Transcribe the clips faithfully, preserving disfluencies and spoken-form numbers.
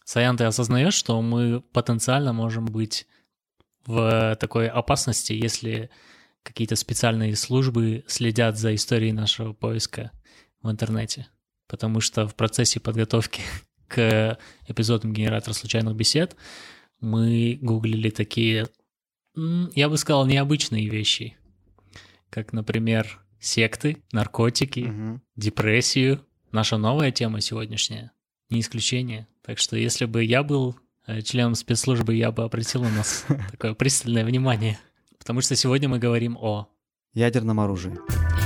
Саян, ты осознаешь, что мы потенциально можем быть в такой опасности, если какие-то специальные службы следят за историей нашего поиска в интернете? Потому что в процессе подготовки к эпизодам генератора случайных бесед мы гуглили такие, я бы сказал, необычные вещи, как, например, секты, наркотики, угу. депрессию. Наша новая тема сегодняшняя, не исключение. Так что если бы я был членом спецслужбы, я бы обратил на нас такое пристальное внимание. Потому что сегодня мы говорим о... ядерном оружии.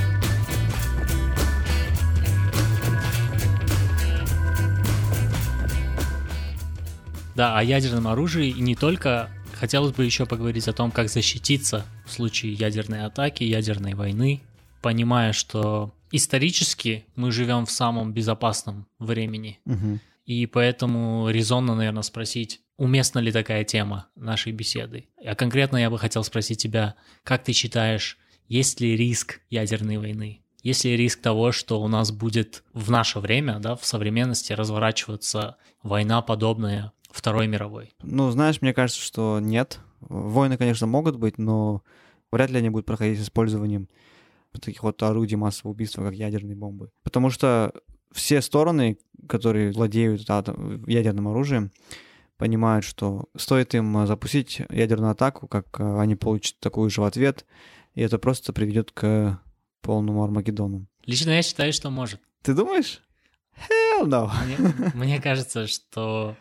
Да, о ядерном оружии, и не только. Хотелось бы еще поговорить о том, как защититься в случае ядерной атаки, ядерной войны, понимая, что исторически мы живем в самом безопасном времени. Угу. И поэтому резонно, наверное, спросить, уместна ли такая тема нашей беседы. А конкретно я бы хотел спросить тебя, как ты считаешь, есть ли риск ядерной войны? Есть ли риск того, что у нас будет в наше время, да, в современности разворачиваться война, подобная Второй мировой? Ну, знаешь, мне кажется, что нет. Войны, конечно, могут быть, но вряд ли они будут проходить с использованием таких вот орудий массового убийства, как ядерные бомбы. Потому что все стороны, которые владеют ядерным оружием, понимают, что стоит им запустить ядерную атаку, как они получат такую же в ответ, и это просто приведет к полному Армагеддону. Лично я считаю, что может. Ты думаешь? Hell no. Мне, мне кажется, что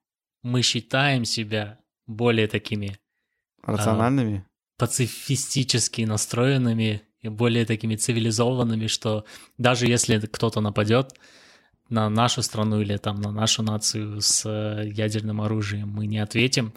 мы считаем себя более такими... рациональными? А, пацифистически настроенными и более такими цивилизованными, что даже если кто-то нападет на нашу страну или там на нашу нацию с ядерным оружием, мы не ответим.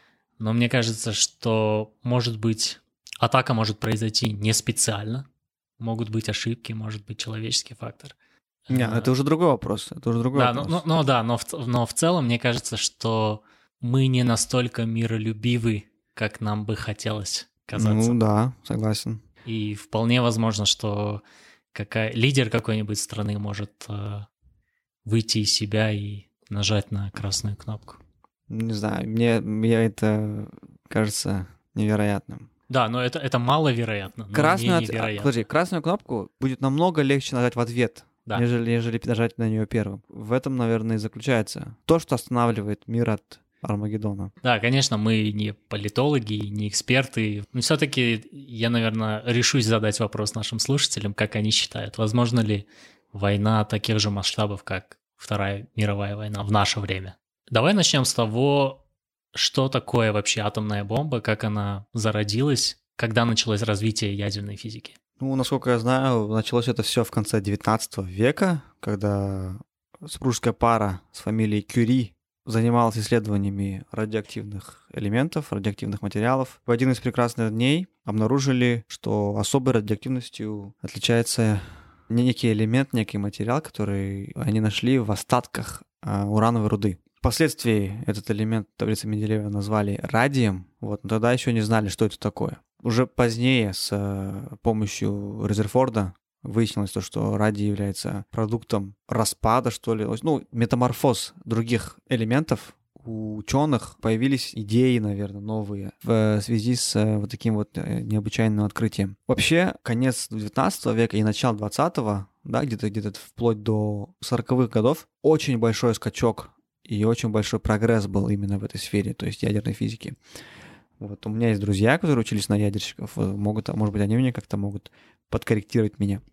Но мне кажется, что, может быть, атака может произойти не специально, могут быть ошибки, может быть человеческий фактор. Не, это уже другой вопрос. Это уже другой да, вопрос. Ну, ну да, но в, но в целом мне кажется, что мы не настолько миролюбивы, как нам бы хотелось казаться. Ну да, согласен. И вполне возможно, что какая... лидер какой-нибудь страны может э, выйти из себя и нажать на красную кнопку. Не знаю, мне, мне это кажется невероятным. Да, но это, это маловероятно, но красную, не невероятно. Подожди, красную кнопку будет намного легче нажать в ответ, да. нежели, нежели нажать на нее первым. В этом, наверное, и заключается то, что останавливает мир от Армагеддона. Да, конечно, мы не политологи, не эксперты, но все-таки я, наверное, решусь задать вопрос нашим слушателям, как они считают, возможно ли война таких же масштабов, как Вторая мировая война в наше время. Давай начнем с того, что такое вообще атомная бомба, как она зародилась, когда началось развитие ядерной физики. Ну, насколько я знаю, началось это все в конце девятнадцатого века, когда супружеская пара с фамилией Кюри занималась исследованиями радиоактивных элементов, радиоактивных материалов. В один из прекрасных дней обнаружили, что особой радиоактивностью отличается некий элемент, некий материал, который они нашли в остатках а, урановой руды. Впоследствии этот элемент в таблице Менделеева назвали радием, вот, но тогда еще не знали, что это такое. Уже позднее с а, помощью Резерфорда выяснилось то, что радий является продуктом распада, что ли, ну, метаморфоз других элементов. У ученых появились идеи, наверное, новые в связи с вот таким вот необычайным открытием. Вообще, конец девятнадцатого века и начало двадцатого, да, где-то где-то вплоть до сороковых годов, очень большой скачок и очень большой прогресс был именно в этой сфере, то есть ядерной физики. Вот у меня есть друзья, которые учились на ядерщиков, могут, может быть, они мне как-то могут подкорректировать меня.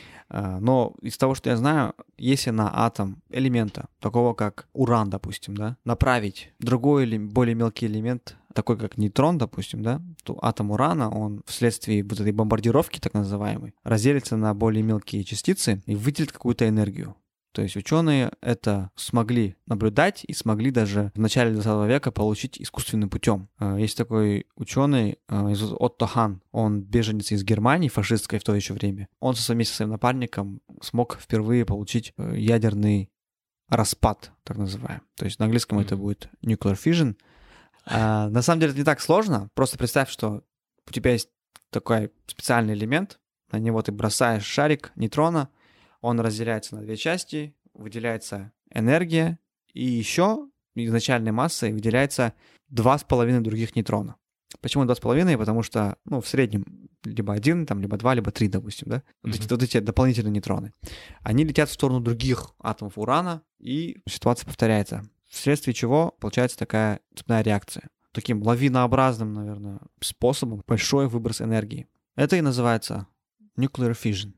Но из того, что я знаю, если на атом элемента, такого как уран, допустим, да, направить другой или более мелкий элемент, такой как нейтрон, допустим, да, то атом урана, он вследствие вот этой бомбардировки, так называемой, разделится на более мелкие частицы и выделит какую-то энергию. То есть ученые это смогли наблюдать и смогли даже в начале двадцатого века получить искусственным путем. Есть такой ученый Отто Хан, он беженец из Германии, фашистской в то еще время. Он со своим, со своим напарником смог впервые получить ядерный распад, так называемый. То есть на английском mm-hmm. это будет nuclear fission. А, на самом деле это не так сложно. Просто представь, что у тебя есть такой специальный элемент, на него ты бросаешь шарик нейтрона, он разделяется на две части, выделяется энергия, и еще изначальной массой выделяется два с половиной других нейтрона. Почему два с половиной? Потому что, ну, в среднем либо один, там, либо два, либо три, допустим, да? Вот, mm-hmm. эти, вот эти дополнительные нейтроны. Они летят в сторону других атомов урана, и ситуация повторяется. Вследствие чего получается такая цепная реакция. Таким лавинообразным, наверное, способом большой выброс энергии. Это и называется nuclear fission.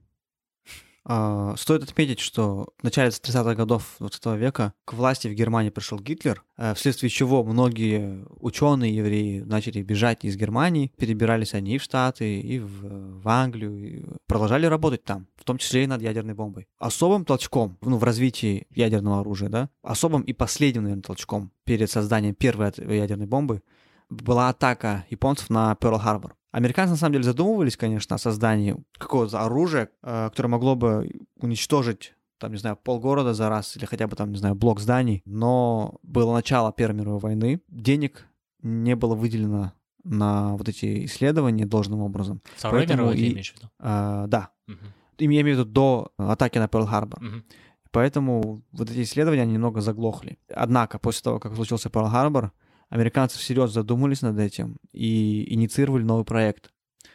Uh, стоит отметить, что в начале тридцатых годов двадцатого века к власти в Германии пришел Гитлер, uh, вследствие чего многие ученые евреи начали бежать из Германии, перебирались они и в Штаты, и в, в Англию, и продолжали работать там, в том числе и над ядерной бомбой. Особым толчком, ну, в развитии ядерного оружия, да, особым и последним, наверное, толчком перед созданием первой ядерной бомбы была атака японцев на Пёрл-Харбор. Американцы, на самом деле, задумывались, конечно, о создании какого-то оружия, которое могло бы уничтожить, там, не знаю, полгорода за раз или хотя бы, там, не знаю, блок зданий. Но было начало Первой мировой войны, денег не было выделено на вот эти исследования должным образом. Второй мировой ты имеешь в виду? А, да. Угу. Я имею в виду до атаки на Пёрл-Харбор. Угу. Поэтому вот эти исследования они немного заглохли. Однако, после того, как случился Пёрл-Харбор, американцы всерьез задумались над этим и инициировали новый проект,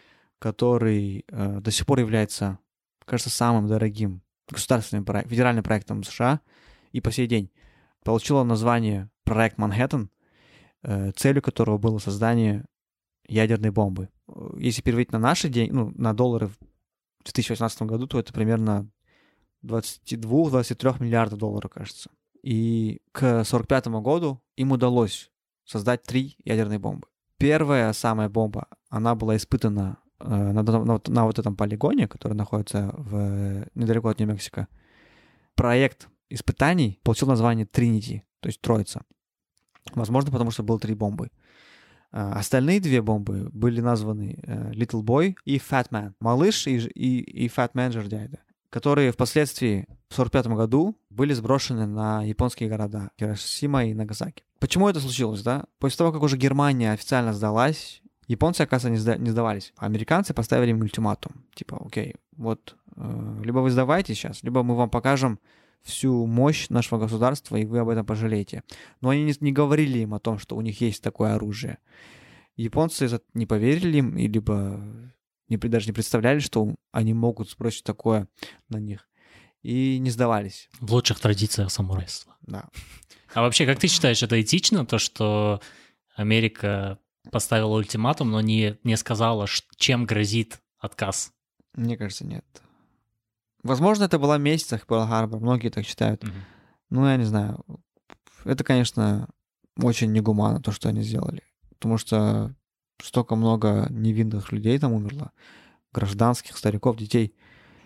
который э, до сих пор является, кажется, самым дорогим государственным проектом, федеральным проектом США и по сей день. Получило название «Проект Манхэттен», э, целью которого было создание ядерной бомбы. Если переводить на наши деньги, ну, на доллары в две тысячи восемнадцатом году, то это примерно двадцать два - двадцать три миллиарда долларов, кажется. И к сорок пятому году им удалось создать три ядерные бомбы. Первая самая бомба, она была испытана э, на, на, на вот этом полигоне, который находится в, недалеко от Нью-Мексико. Проект испытаний получил название Тринити, то есть Троица. Возможно, потому что было три бомбы. Э, остальные две бомбы были названы э, Little Boy и Fat Man. Малыш и, и, и Fat Man Жердяйда, которые впоследствии в сорок пятом году были сброшены на японские города Хиросима и Нагасаки. Почему это случилось, да? После того, как уже Германия официально сдалась, японцы, оказывается, не, сда- не сдавались. А американцы поставили им ультиматум. Типа, окей, вот, э, либо вы сдавайтесь сейчас, либо мы вам покажем всю мощь нашего государства, и вы об этом пожалеете. Но они не, не говорили им о том, что у них есть такое оружие. Японцы не поверили им, и либо не, даже не представляли, что они могут сбросить такое на них. И не сдавались. В лучших традициях самурайства. Да. А вообще, как ты считаешь, это этично, то, что Америка поставила ультиматум, но не, не сказала, чем грозит отказ? Мне кажется, нет. Возможно, это была месть их Пёрл-Харбор, многие так считают. Угу. Ну, я не знаю. Это, конечно, очень негуманно, то, что они сделали. Потому что столько много невинных людей там умерло. Гражданских, стариков, детей.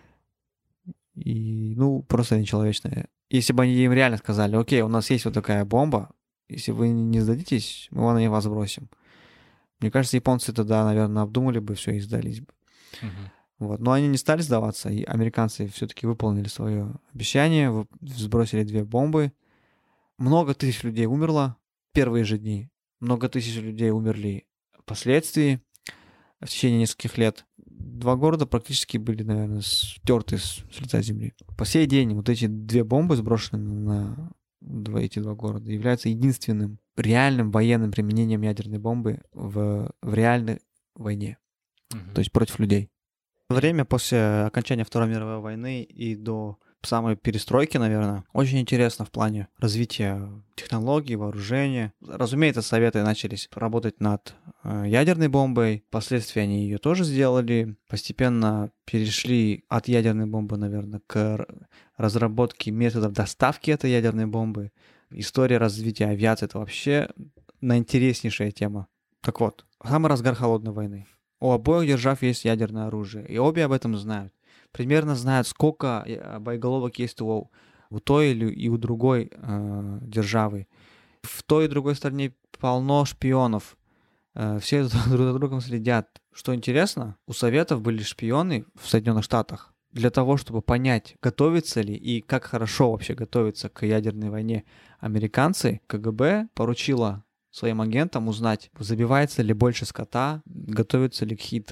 И, ну, просто нечеловечное. Если бы они им реально сказали, окей, у нас есть вот такая бомба, если вы не сдадитесь, мы на нее вас бросим. Мне кажется, японцы тогда, наверное, обдумали бы все и сдались бы. Угу. Вот. Но они не стали сдаваться, и американцы все-таки выполнили свое обещание, сбросили две бомбы. Много тысяч людей умерло в первые же дни. Много тысяч людей умерли впоследствии, в течение нескольких лет. Два города практически были, наверное, стерты с, с лица земли. По сей день вот эти две бомбы, сброшенные на два, эти два города, являются единственным реальным военным применением ядерной бомбы в, в реальной войне. Mm-hmm. То есть против людей. Время после окончания Второй мировой войны и до самой перестройки, наверное, очень интересно в плане развития технологий, вооружения. Разумеется, Советы начались работать над э, ядерной бомбой. Впоследствии они ее тоже сделали. Постепенно перешли от ядерной бомбы, наверное, к разработке методов доставки этой ядерной бомбы. История развития авиации — это вообще наинтереснейшая тема. Так вот, самый разгар холодной войны. У обоих держав есть ядерное оружие, и обе об этом знают. Примерно знают, сколько боеголовок есть у, у той или и у другой э, державы. В той и другой стороне полно шпионов. Э, все друг за другом следят. Что интересно, у Советов были шпионы в Соединенных Штатах. Для того, чтобы понять, готовится ли и как хорошо вообще готовиться к ядерной войне американцы, КГБ поручила своим агентам узнать, забивается ли больше скота, готовятся ли какие-то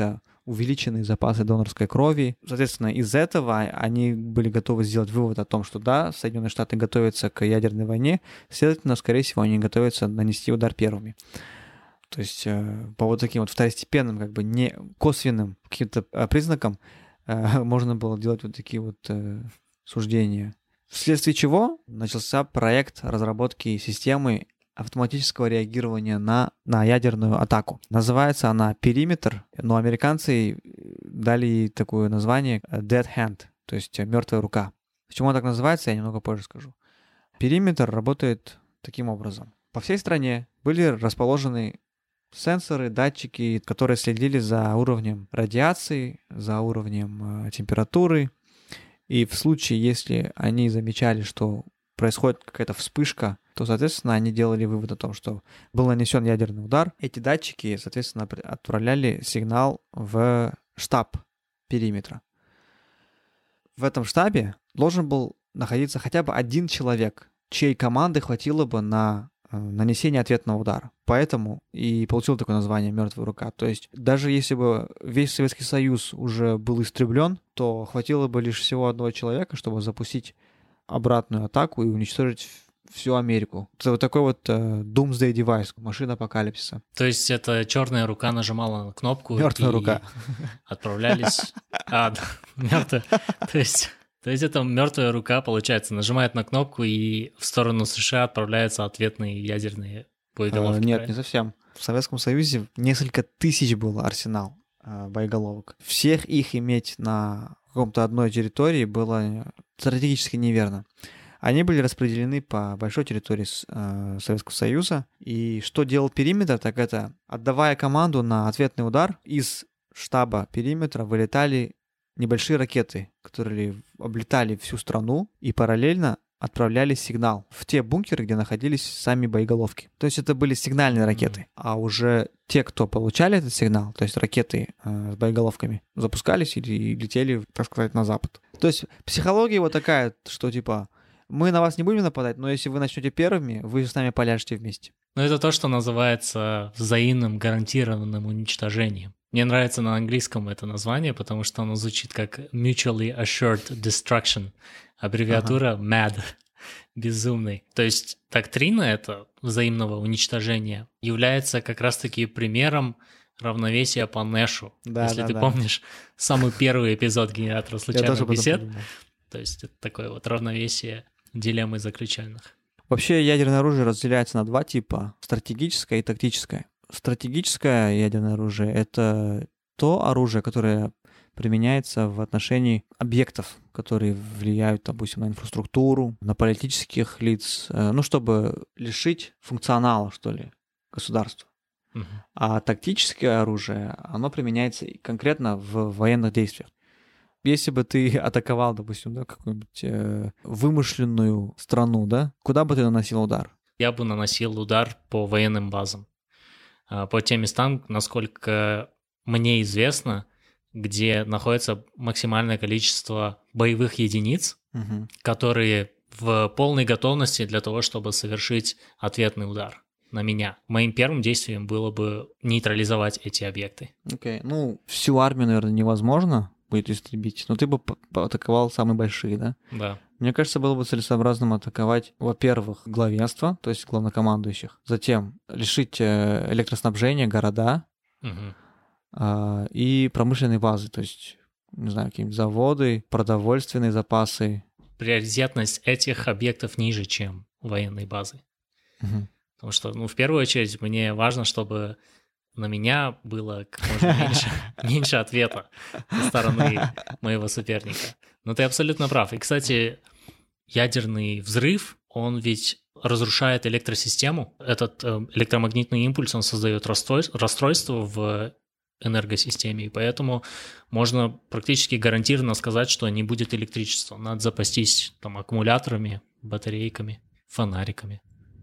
увеличенные запасы донорской крови. Соответственно, из этого они были готовы сделать вывод о том, что да, Соединенные Штаты готовятся к ядерной войне, следовательно, скорее всего, они готовятся нанести удар первыми. То есть по вот таким вот второстепенным, как бы не косвенным каким-то признакам можно было делать вот такие вот суждения. Вследствие чего начался проект разработки системы автоматического реагирования на, на ядерную атаку. Называется она «Периметр», но американцы дали ей такое название «Dead Hand», то есть «мертвая рука». Почему она так называется, я немного позже скажу. Периметр работает таким образом. По всей стране были расположены сенсоры, датчики, которые следили за уровнем радиации, за уровнем э, температуры. И в случае, если они замечали, что происходит какая-то вспышка, то, соответственно, они делали вывод о том, что был нанесен ядерный удар. Эти датчики, соответственно, отправляли сигнал в штаб периметра. В этом штабе должен был находиться хотя бы один человек, чьей команды хватило бы на нанесение ответного удара. Поэтому и получил такое название «Мертвая рука». То есть даже если бы весь Советский Союз уже был истреблен, то хватило бы лишь всего одного человека, чтобы запустить обратную атаку и уничтожить всю Америку. Это вот такой вот uh, Doomsday Device, машина апокалипсиса. То есть это черная рука нажимала на кнопку Мертвая и рука. Отправлялись... А, мертвая. То есть... То есть это мертвая рука, получается, нажимает на кнопку, и в сторону США отправляются ответные ядерные боеголовки. Uh, нет, правильно? не совсем. В Советском Союзе несколько тысяч было арсенал uh, боеголовок. Всех их иметь на каком-то одной территории было стратегически неверно. Они были распределены по большой территории э, Советского Союза. И что делал периметр, так это, отдавая команду на ответный удар, из штаба периметра вылетали небольшие ракеты, которые облетали всю страну и параллельно отправляли сигнал в те бункеры, где находились сами боеголовки. То есть это были сигнальные ракеты. Mm-hmm. А уже те, кто получали этот сигнал, то есть ракеты э, с боеголовками, запускались и, и летели, так сказать, на запад. То есть психология вот такая, что типа мы на вас не будем нападать, но если вы начнете первыми, вы с нами поляжете вместе. Ну это то, что называется взаимным гарантированным уничтожением. Мне нравится на английском это название, потому что оно звучит как Mutually Assured Destruction, аббревиатура ага. MAD, безумный. То есть доктрина это взаимного уничтожения является как раз-таки примером равновесия по Нэшу. Да, Если да, ты да. помнишь самый первый эпизод генератора случайных бесед, то есть это такое вот равновесие дилеммы заключенных. Вообще ядерное оружие разделяется на два типа: стратегическое и тактическое. Стратегическое ядерное оружие — это то оружие, которое применяется в отношении объектов, которые влияют, допустим, на инфраструктуру, на политических лиц, ну, чтобы лишить функционала, что ли, государства. Uh-huh. А тактическое оружие, оно применяется конкретно в военных действиях. Если бы ты атаковал, допустим, да, какую-нибудь э, вымышленную страну, да, куда бы ты наносил удар? Я бы наносил удар по военным базам. По тем местам, насколько мне известно, где находится максимальное количество боевых единиц, угу. которые в полной готовности для того, чтобы совершить ответный удар на меня. Моим первым действием было бы нейтрализовать эти объекты. Окей, okay. Ну, всю армию, наверное, невозможно будет истребить, но ты бы атаковал самые большие, да? Да. Мне кажется, было бы целесообразным атаковать, во-первых, главенство, то есть главнокомандующих, затем лишить электроснабжения города угу. а, и промышленные базы, то есть, не знаю, какие-нибудь заводы, продовольственные запасы. Приоритетность этих объектов ниже, чем военные базы. Угу. Потому что, ну, в первую очередь, мне важно, чтобы на меня было как можно меньше, меньше ответа со стороны моего соперника. Но ты абсолютно прав. И, кстати, ядерный взрыв, он ведь разрушает электросистему. Этот электромагнитный импульс, он создает расстройство в энергосистеме, и поэтому можно практически гарантированно сказать, что не будет электричества. Надо запастись там аккумуляторами, батарейками, фонариками.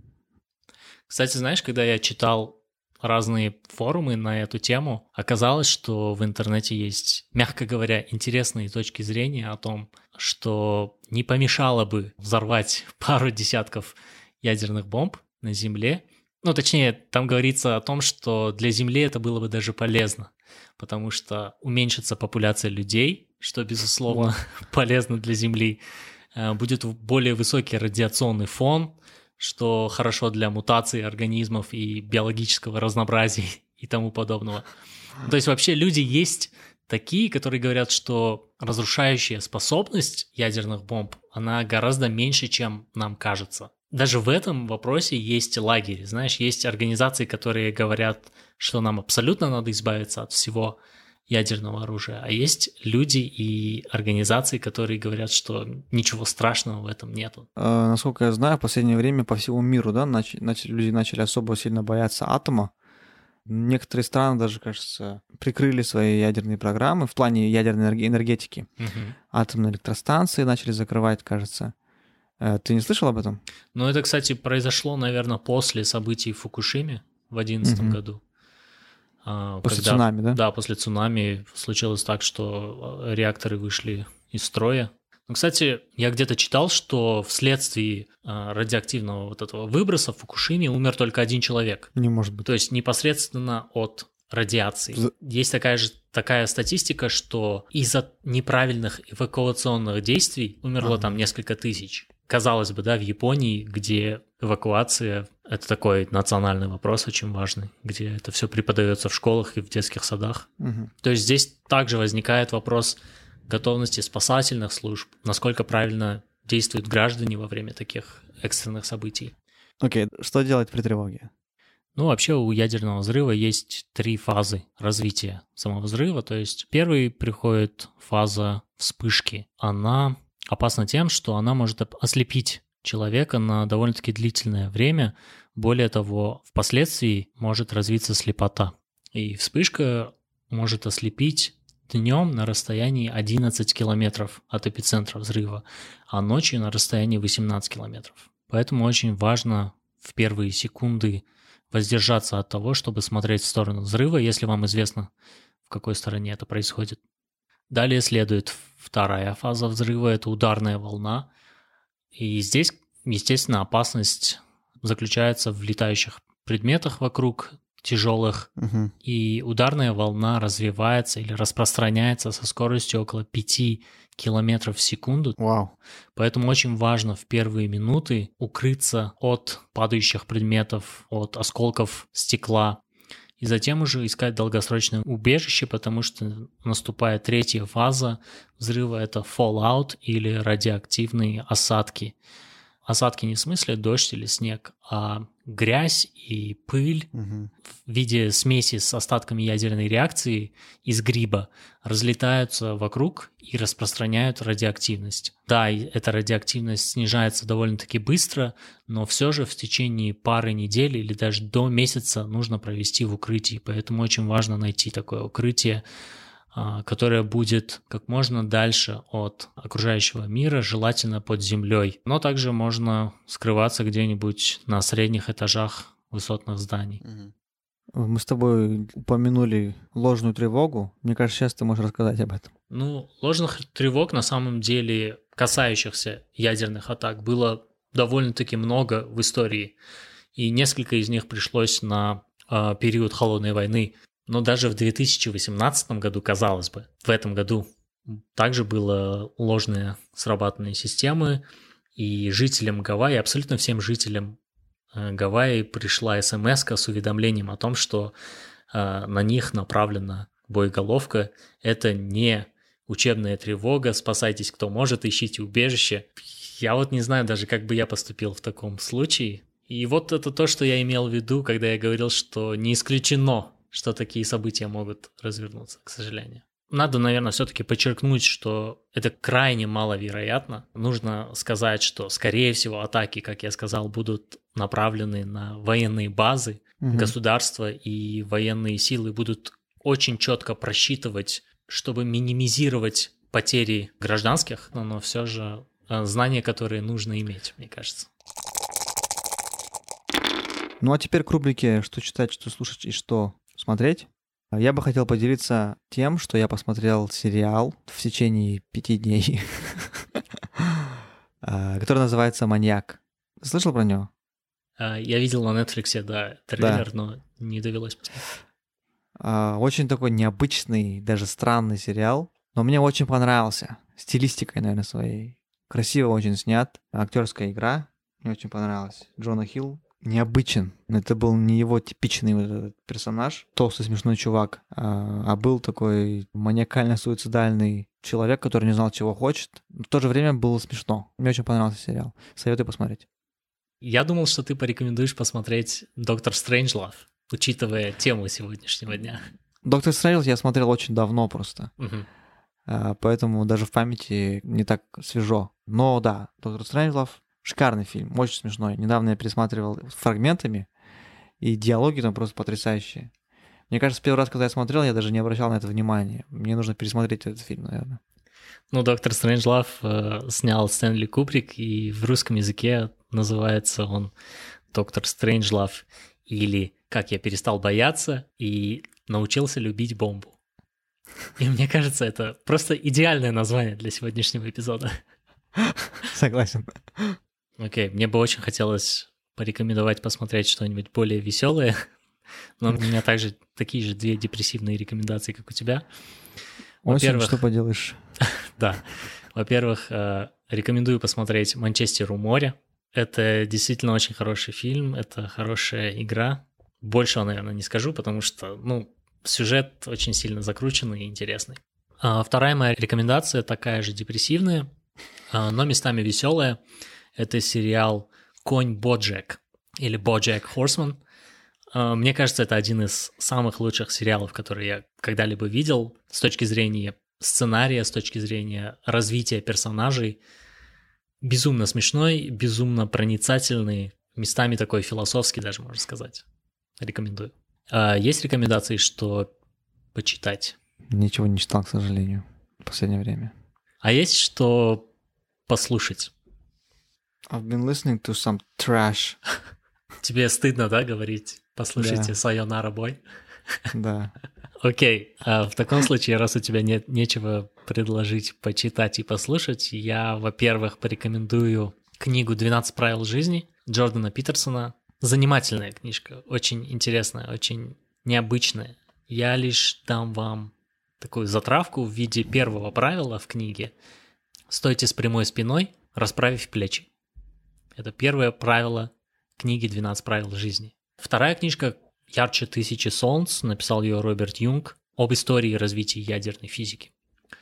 Кстати, знаешь, когда я читал разные форумы на эту тему, оказалось, что в интернете есть, мягко говоря, интересные точки зрения о том, что не помешало бы взорвать пару десятков ядерных бомб на Земле Ну, точнее, там говорится о том, что для Земли это было бы даже полезно, потому что уменьшится популяция людей, что, безусловно, полезно для Земли. Будет более высокий радиационный фон, что хорошо для мутаций организмов и биологического разнообразия и тому подобного. То есть вообще люди есть такие, которые говорят, что разрушающая способность ядерных бомб, она гораздо меньше, чем нам кажется. Даже в этом вопросе есть лагерь, знаешь, есть организации, которые говорят, что нам абсолютно надо избавиться от всего ядерного оружия, а есть люди и организации, которые говорят, что ничего страшного в этом нету. А, насколько я знаю, в последнее время по всему миру, да, нач- нач- люди начали особо сильно бояться атома. Некоторые страны даже, кажется, прикрыли свои ядерные программы в плане ядерной энерги- энергетики. Угу. Атомные электростанции начали закрывать, кажется. Ты не слышал об этом? Ну, это, кстати, произошло, наверное, после событий в Фукушиме в две тысячи одиннадцатом Угу. году. После Когда, цунами, да? Да, после цунами случилось так, что реакторы вышли из строя. Ну, кстати, я где-то читал, что вследствие радиоактивного вот этого выброса в Фукушиме умер только один человек. Не может быть. То есть непосредственно от радиации. За... Есть такая же такая статистика, что из-за неправильных эвакуационных действий умерло Ага. там несколько тысяч. Казалось бы, да, в Японии, где эвакуация – это такой национальный вопрос очень важный, где это все преподается в школах и в детских садах. Угу. То есть здесь также возникает вопрос готовности спасательных служб, насколько правильно действуют граждане во время таких экстренных событий. Окей, что делать при тревоге? Ну, вообще у ядерного взрыва есть три фазы развития самого взрыва. То есть первый приходит фаза вспышки. Она опасна тем, что она может ослепить человека на довольно-таки длительное время. Более того, впоследствии может развиться слепота. И вспышка может ослепить днем на расстоянии одиннадцать километров от эпицентра взрыва, а ночью на расстоянии восемнадцать километров. Поэтому очень важно в первые секунды воздержаться от того, чтобы смотреть в сторону взрыва, если вам известно, в какой стороне это происходит. Далее следует вторая фаза взрыва, это ударная волна. И здесь, естественно, опасность заключается в летающих предметах вокруг, тяжелых, угу. и ударная волна развивается или распространяется со скоростью около пяти километров в секунду. Вау. Поэтому очень важно в первые минуты укрыться от падающих предметов, от осколков стекла, и затем уже искать долгосрочное убежище, потому что наступает третья фаза взрыва, это fallout или радиоактивные осадки. Осадки не в смысле дождь или снег, а грязь и пыль угу. в виде смеси с остатками ядерной реакции из гриба разлетаются вокруг и распространяют радиоактивность. Да, эта радиоактивность снижается довольно-таки быстро, но все же в течение пары недель или даже до месяца нужно провести в укрытии, поэтому очень важно найти такое укрытие, которая будет как можно дальше от окружающего мира, желательно под землей. Но также можно скрываться где-нибудь на средних этажах высотных зданий. Мы с тобой упомянули ложную тревогу. Мне кажется, сейчас ты можешь рассказать об этом. Ну, ложных тревог на самом деле, касающихся ядерных атак, было довольно-таки много в истории. И несколько из них пришлось на э, период Холодной войны. Но даже в две тысячи восемнадцатом году, казалось бы, в этом году также было ложные срабатывание системы, и жителям Гавайи, абсолютно всем жителям Гавайи пришла смс-ка с уведомлением о том, что э, на них направлена боеголовка. Это не учебная тревога, спасайтесь кто может, ищите убежище. Я вот не знаю даже, как бы я поступил в таком случае. И вот это то, что я имел в виду, когда я говорил, что не исключено, что такие события могут развернуться, к сожалению. Надо, наверное, все-таки подчеркнуть, что это крайне маловероятно. Нужно сказать, что, скорее всего, атаки, как я сказал, будут направлены на военные базы. Угу. Государства и военные силы будут очень четко просчитывать, чтобы минимизировать потери гражданских, но все же знания, которые нужно иметь, мне кажется. Ну а теперь к рубрике «Что читать, что слушать и что смотреть». Я бы хотел поделиться тем, что я посмотрел сериал в течение пяти дней, который называется «Маньяк». Слышал про него? Я видел на Netflix, да, трейлер, да. Но не довелось посмотреть. Очень такой необычный, даже странный сериал, но мне очень понравился. Стилистикой, наверное, своей. Красиво очень снят. Актерская игра мне очень понравилась. Джона Хилл необычен. Это был не его типичный вот этот персонаж, толстый смешной чувак, а, а был такой маниакально-суицидальный человек, который не знал, чего хочет. Но в то же время было смешно. Мне очень понравился сериал. Советую посмотреть. Я думал, что ты порекомендуешь посмотреть «Доктор Стрэнджлав», учитывая тему сегодняшнего дня. «Доктор Стрэнджлав» я смотрел очень давно просто. Угу. А, поэтому даже в памяти не так свежо. Но да, «Доктор Стрэнджлав» шикарный фильм, очень смешной. Недавно я пересматривал фрагментами, и диалоги там просто потрясающие. Мне кажется, первый раз, когда я смотрел, я даже не обращал на это внимания. Мне нужно пересмотреть этот фильм, наверное. Ну, «Доктор Стрэнджлав» э, снял Стэнли Кубрик, и в русском языке называется он «Доктор Стрэнджлав» или «Как я перестал бояться и научился любить бомбу». И мне кажется, это просто идеальное название для сегодняшнего эпизода. Согласен. Окей, мне бы очень хотелось порекомендовать посмотреть что-нибудь более веселое, но у меня также такие же две депрессивные рекомендации, как у тебя. Во-первых, что поделаешь? Да. Во-первых, рекомендую посмотреть «Манчестер у моря». Это действительно очень хороший фильм, это хорошая игра. Большего, наверное, не скажу, потому что, ну, сюжет очень сильно закрученный и интересный. А вторая моя рекомендация такая же депрессивная, но местами веселая. Это сериал «Конь Боджек» или «Боджек Хорсман». Мне кажется, это один из самых лучших сериалов, которые я когда-либо видел с точки зрения сценария, с точки зрения развития персонажей. Безумно смешной, безумно проницательный, местами такой философский даже, можно сказать. Рекомендую. Есть рекомендации, что почитать? Ничего не читал, к сожалению, в последнее время. А есть что послушать? I've been listening to some trash. Тебе стыдно, да, говорить? Послушайте «Сайонара Бой». Да. Окей, а в таком случае, раз у тебя нет нечего предложить почитать и послушать, я, во-первых, порекомендую книгу «двенадцать правил жизни» Джордана Питерсона. Занимательная книжка, очень интересная, очень необычная. Я лишь дам вам такую затравку в виде первого правила в книге. Стойте с прямой спиной, расправив плечи. Это первое правило книги «двенадцать правил жизни». Вторая книжка «Ярче тысячи солнц», написал ее Роберт Юнг, об истории развития ядерной физики.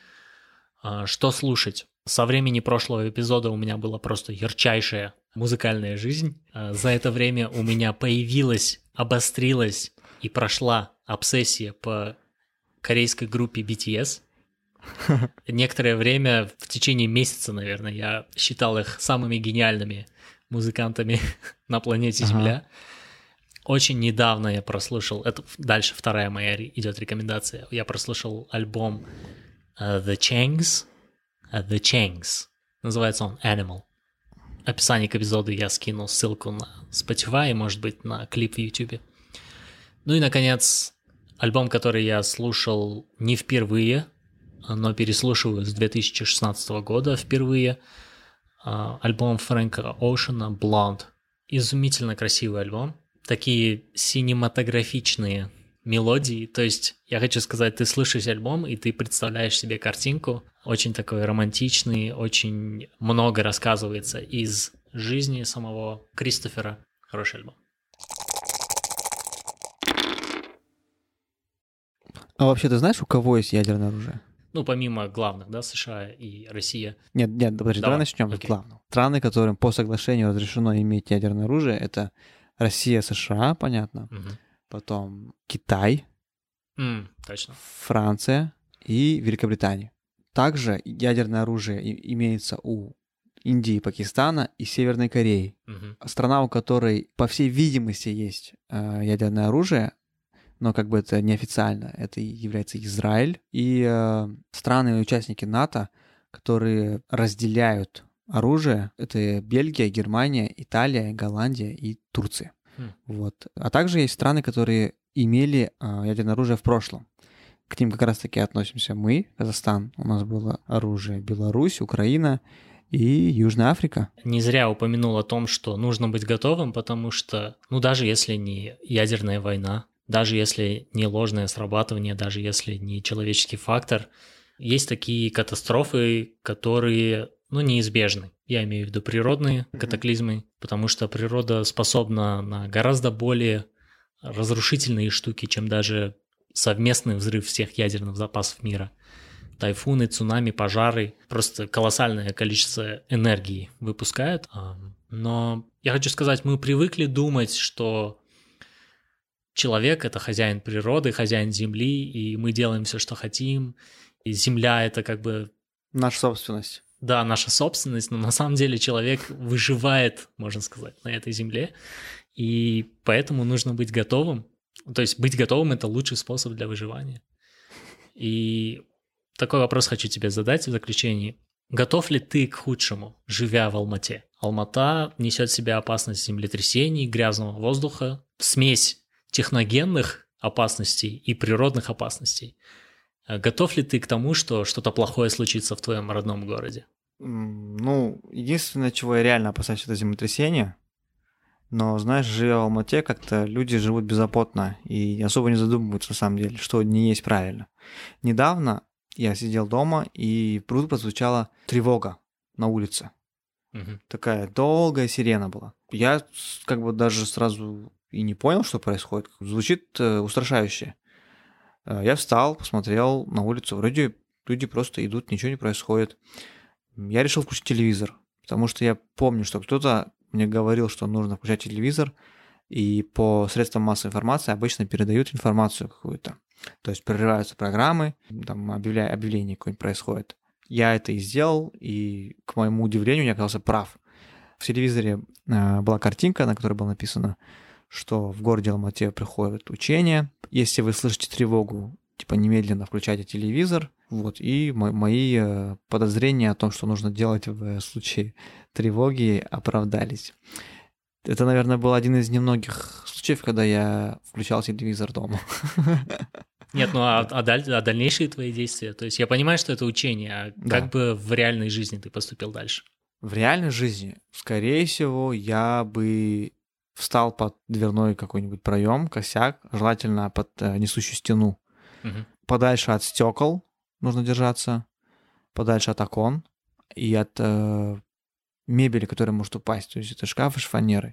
Что слушать? Со времени прошлого эпизода у меня была просто ярчайшая музыкальная жизнь. За это время у меня появилась, обострилась и прошла обсессия по корейской группе би ти эс. Некоторое время, в течение месяца, наверное, я считал их самыми гениальными музыкантами на планете Земля. Ага. Очень недавно я прослушал, это дальше вторая моя идет рекомендация, я прослушал альбом uh, The Changs, uh, The Changs, называется он Animal. В описании к эпизоду я скину ссылку на Spotify и, может быть, на клип в YouTube. Ну и, наконец, альбом, который я слушал не впервые, но переслушиваю с две тысячи шестнадцатого года впервые, uh, альбом Фрэнка Оушена «Blonde». Изумительно красивый альбом. Такие синематографичные мелодии, то есть я хочу сказать, ты слышишь альбом, и ты представляешь себе картинку, очень такой романтичный, очень много рассказывается из жизни самого Кристофера. Хороший альбом. А вообще ты знаешь, у кого есть ядерное оружие? Ну, помимо главных, да, США и Россия. Нет, нет, подожди, давай, давай начнем с главного. Страны, которым по соглашению разрешено иметь ядерное оружие, это Россия, США, понятно, угу. Потом Китай, mm, точно. Франция и Великобритания. Также ядерное оружие имеется у Индии, Пакистана и Северной Кореи. Угу. Страна, у которой, по всей видимости, есть э, ядерное оружие, но как бы это неофициально, это является Израиль и э, страны участники НАТО, которые разделяют оружие, это Бельгия, Германия, Италия, Голландия и Турция. Mm. Вот. А также есть страны, которые имели э, ядерное оружие в прошлом. К ним как раз-таки относимся мы, Казахстан. У нас было оружие Беларусь, Украина и Южная Африка. Не зря упомянул о том, что нужно быть готовым, потому что, ну, даже если не ядерная война, даже если не ложное срабатывание, даже если не человеческий фактор, есть такие катастрофы, которые, ну, неизбежны. Я имею в виду природные катаклизмы, потому что природа способна на гораздо более разрушительные штуки, чем даже совместный взрыв всех ядерных запасов мира. Тайфуны, цунами, пожары, просто колоссальное количество энергии выпускают. Но я хочу сказать, мы привыкли думать, что человек — это хозяин природы, хозяин земли, и мы делаем все, что хотим, и земля — это как бы... Наша собственность. Да, наша собственность, но на самом деле человек выживает, можно сказать, на этой земле, и поэтому нужно быть готовым. То есть быть готовым — это лучший способ для выживания. И такой вопрос хочу тебе задать в заключении. Готов ли ты к худшему, живя в Алмате? Алмата несет в себе опасность землетрясений, грязного воздуха, смесь техногенных опасностей и природных опасностей. Готов ли ты к тому, что что-то плохое случится в твоем родном городе? Ну, единственное, чего я реально опасаюсь, это землетрясение. Но, знаешь, живя в Алмате, как-то люди живут беззаботно и особо не задумываются, на самом деле, что не есть правильно. Недавно я сидел дома, и вдруг прозвучала тревога на улице. Угу. Такая долгая сирена была. Я как бы даже сразу и не понял, что происходит. Звучит э, устрашающе. Я встал, посмотрел на улицу, вроде люди просто идут, ничего не происходит. Я решил включить телевизор, потому что я помню, что кто-то мне говорил, что нужно включать телевизор, и по средствам массовой информации обычно передают информацию какую-то. То есть прерываются программы, там объявля... объявление какое-нибудь происходит. Я это и сделал, и, к моему удивлению, я оказался прав. В телевизоре э, была картинка, на которой было написано, что в городе Алмате приходят учения. Если вы слышите тревогу, типа немедленно включайте телевизор. Вот, и мо- мои э, подозрения о том, что нужно делать в случае тревоги, оправдались. Это, наверное, был один из немногих случаев, когда я включал телевизор дома. Нет, ну а, а, даль, а дальнейшие твои действия? То есть я понимаю, что это учение, а Да. как бы в реальной жизни ты поступил дальше? В реальной жизни, скорее всего, я бы встал под дверной какой-нибудь проем, косяк, желательно под э, несущую стену. Угу. Подальше от стекол нужно держаться, подальше от окон и от э, мебели, которая может упасть. То есть это шкафы с фанерой.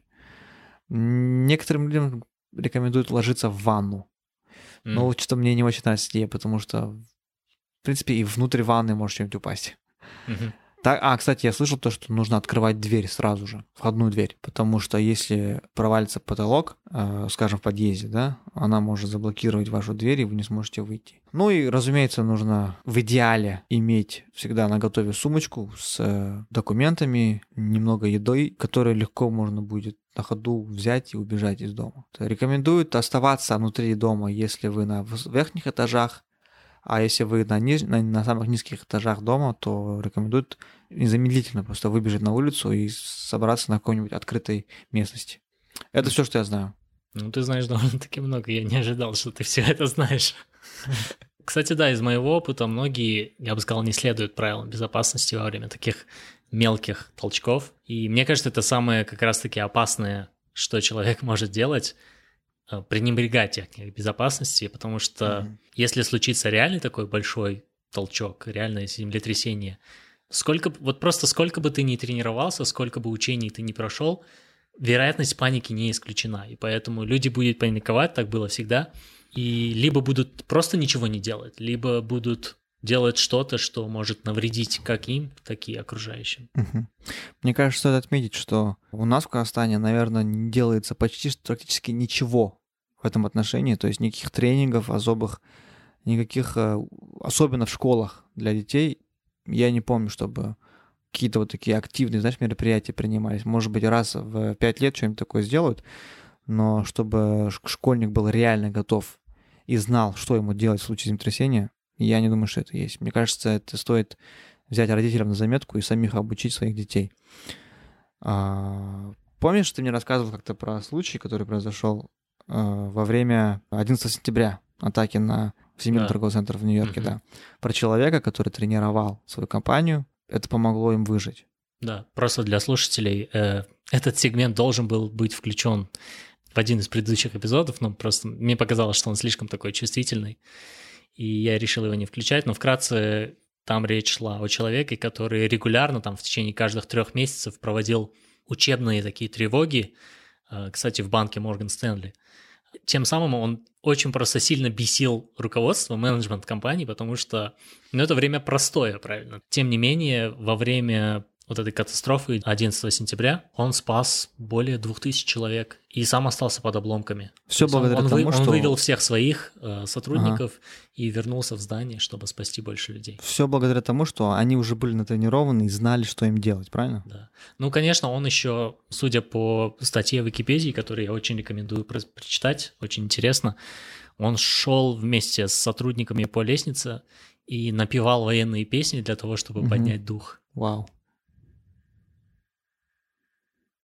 Некоторым людям рекомендуют ложиться в ванну. Mm. Но вот что-то мне не очень нравится идея, потому что, в принципе, и внутрь ванны может что-нибудь упасть. Mm-hmm. Так, а, кстати, я слышал то, что нужно открывать дверь сразу же, входную дверь, потому что если провалится потолок, э, скажем, в подъезде, да, она может заблокировать вашу дверь, и вы не сможете выйти. Ну и, разумеется, нужно в идеале иметь всегда наготове сумочку с э, документами, немного едой, которую легко можно будет на ходу взять и убежать из дома. Рекомендуют оставаться внутри дома, если вы на верхних этажах, а если вы на, низ... на, на самых низких этажах дома, то рекомендуют незамедлительно просто выбежать на улицу и собраться на какой-нибудь открытой местности. Это все, что я знаю. Ну, ты знаешь довольно-таки много. Я не ожидал, что ты все это знаешь. Кстати, да, из моего опыта многие, я бы сказал, не следуют правилам безопасности во время таких мелких толчков. И мне кажется, это самое как раз-таки опасное, что человек может делать, пренебрегать техникой безопасности, потому что mm-hmm. если случится реальный такой большой толчок, реальное землетрясение, сколько, вот просто сколько бы ты ни тренировался, сколько бы учений ты ни прошел, вероятность паники не исключена, и поэтому люди будут паниковать, так было всегда, и либо будут просто ничего не делать, либо будут делать что-то, что может навредить как им, так и окружающим. Угу. Мне кажется, стоит отметить, что у нас в Казахстане, наверное, не делается почти практически ничего в этом отношении, то есть никаких тренингов особых, никаких, особенно в школах для детей, я не помню, чтобы какие-то вот такие активные, знаешь, мероприятия принимались. Может быть, раз в пять лет что-нибудь такое сделают, но чтобы школьник был реально готов и знал, что ему делать в случае землетрясения, я не думаю, что это есть. Мне кажется, это стоит взять родителям на заметку и самих обучить своих детей. А, помнишь, ты мне рассказывал как-то про случай, который произошел а, во время одиннадцатого сентября, атаки на Всемирный да. торговый центр в Нью-Йорке, uh-huh. да, про человека, который тренировал свою компанию. Это помогло им выжить. Да, просто для слушателей э, этот сегмент должен был быть включен в один из предыдущих эпизодов, но просто мне показалось, что он слишком такой чувствительный, и я решил его не включать, но вкратце там речь шла о человеке, который регулярно, там в течение каждых трех месяцев проводил учебные такие тревоги, э, кстати, в банке Морган Стэнли. Тем самым он очень просто сильно бесил руководство, менеджмент компании, потому что ну, это время простое, правильно. Тем не менее, во время вот этой катастрофы одиннадцатого сентября он спас более двух тысяч человек и сам остался под обломками. Все благодаря он, тому, он что... Он вывел всех своих э, сотрудников ага. и вернулся в здание, чтобы спасти больше людей. Все благодаря тому, что они уже были натренированы и знали, что им делать, правильно? Да. Ну, конечно, он еще, судя по статье в Википедии, которую я очень рекомендую прочитать, очень интересно, он шел вместе с сотрудниками по лестнице и напевал военные песни для того, чтобы угу. поднять дух. Вау.